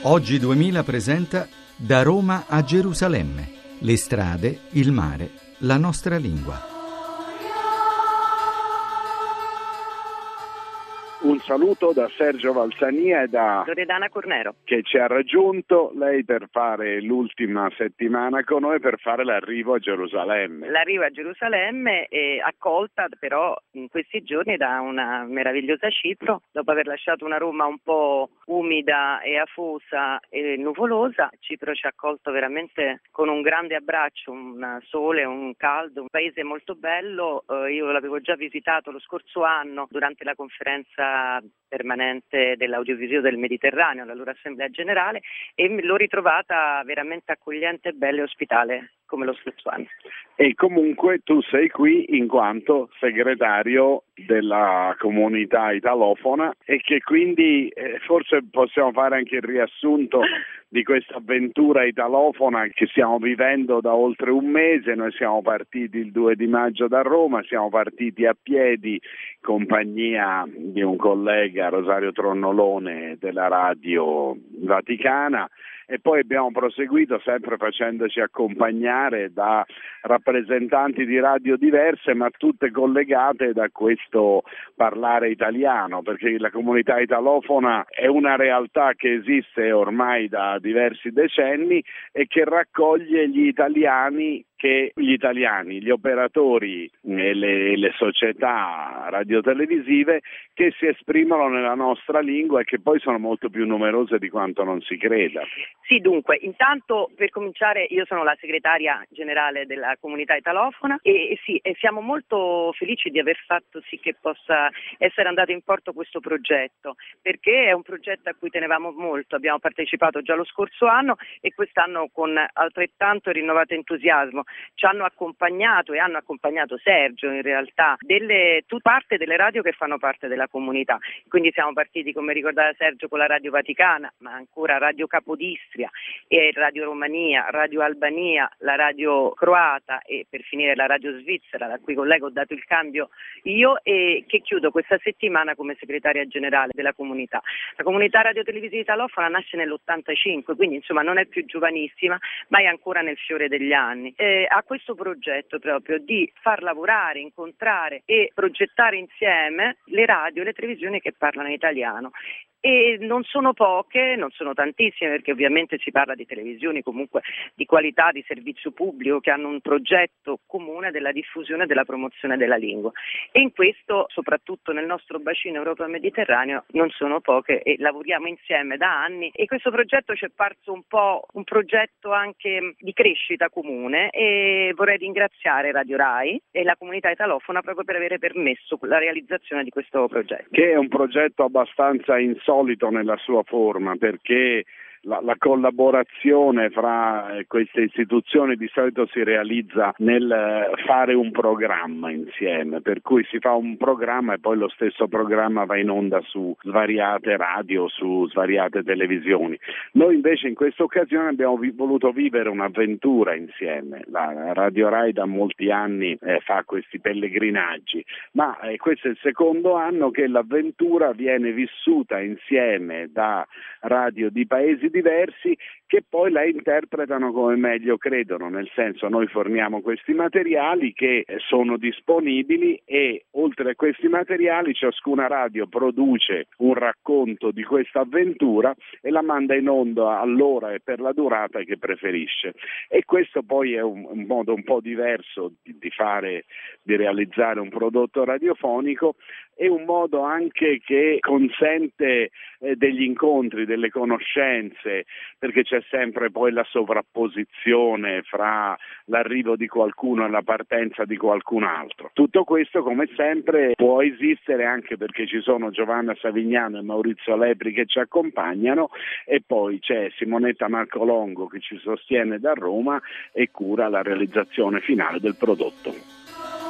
Oggi 2000 presenta Da Roma a Gerusalemme. Le strade, il mare, la nostra lingua. Un saluto da Sergio Valsania e da Loredana Cornero, che ci ha raggiunto, lei per fare l'ultima settimana con noi, per fare l'arrivo a Gerusalemme. L'arrivo a Gerusalemme è accolta però in questi giorni da una meravigliosa Cipro. Dopo aver lasciato una Roma un po' umida e afosa e nuvolosa, Cipro ci ha accolto veramente con un grande abbraccio, un sole, un caldo, un paese molto bello. Io l'avevo già visitato lo scorso anno durante la conferenza permanente dell'audiovisivo del Mediterraneo, la loro assemblea generale, e l'ho ritrovata veramente accogliente, bella e ospitale come lo scorso anno. E comunque tu sei qui in quanto segretario della comunità italofona e che quindi forse possiamo fare anche il riassunto di questa avventura italofona che stiamo vivendo da oltre un mese. Noi siamo partiti il 2 di maggio da Roma, siamo partiti a piedi in compagnia di un collega, Rosario Tronnolone, della Radio Vaticana, e poi abbiamo proseguito sempre facendoci accompagnare da rappresentanti di radio diverse, ma tutte collegate da questo parlare italiano, perché la comunità italofona è una realtà che esiste ormai da diversi decenni e che raccoglie gli italiani, gli operatori e le società radiotelevisive che si esprimono nella nostra lingua e che poi sono molto più numerose di quanto non si creda. Sì, dunque, intanto per cominciare io sono la segretaria generale della comunità italofona e siamo molto felici di aver fatto sì che possa essere andato in porto questo progetto, perché è un progetto a cui tenevamo molto. Abbiamo partecipato già lo scorso anno e quest'anno con altrettanto rinnovato entusiasmo. Ci hanno accompagnato e hanno accompagnato Sergio in realtà parte delle radio che fanno parte della comunità. Quindi siamo partiti, come ricordava Sergio, con la Radio Vaticana, ma ancora Radio Capodistria e Radio Romania, Radio Albania, la Radio Croata e per finire la Radio Svizzera, da cui collega ho dato il cambio io e che chiudo questa settimana come segretaria generale della comunità. La comunità radiotelevisiva italofona nasce nell'85, quindi insomma non è più giovanissima, ma è ancora nel fiore degli anni. Ha questo progetto proprio di far lavorare, incontrare e progettare insieme le radio e le televisioni che parlano italiano. E non sono poche, non sono tantissime, perché ovviamente si parla di televisioni comunque di qualità, di servizio pubblico, che hanno un progetto comune della diffusione e della promozione della lingua. E in questo, soprattutto nel nostro bacino Europa-Mediterraneo, non sono poche e lavoriamo insieme da anni. E questo progetto ci è parso un po' un progetto anche di crescita comune e vorrei ringraziare Radio Rai e la comunità italofona proprio per aver permesso la realizzazione di questo progetto. Che è un progetto abbastanza insolito nella sua forma, perché la collaborazione fra queste istituzioni di solito si realizza nel fare un programma insieme, per cui si fa un programma e poi lo stesso programma va in onda su svariate radio, su svariate televisioni. Noi invece in questa occasione abbiamo voluto vivere un'avventura insieme. La Radio Rai da molti anni fa questi pellegrinaggi, ma questo è il secondo anno che l'avventura viene vissuta insieme da radio di paesi diversi che poi la interpretano come meglio credono, nel senso noi forniamo questi materiali che sono disponibili e oltre a questi materiali ciascuna radio produce un racconto di questa avventura e la manda in onda all'ora e per la durata che preferisce. E questo poi è un modo un po' diverso di realizzare un prodotto radiofonico, è un modo anche che consente degli incontri, delle conoscenze, perché c'è sempre poi la sovrapposizione fra l'arrivo di qualcuno e la partenza di qualcun altro. Tutto questo, come sempre, può esistere anche perché ci sono Giovanna Savignano e Maurizio Lepri che ci accompagnano e poi c'è Simonetta Marcolongo che ci sostiene da Roma e cura la realizzazione finale del prodotto.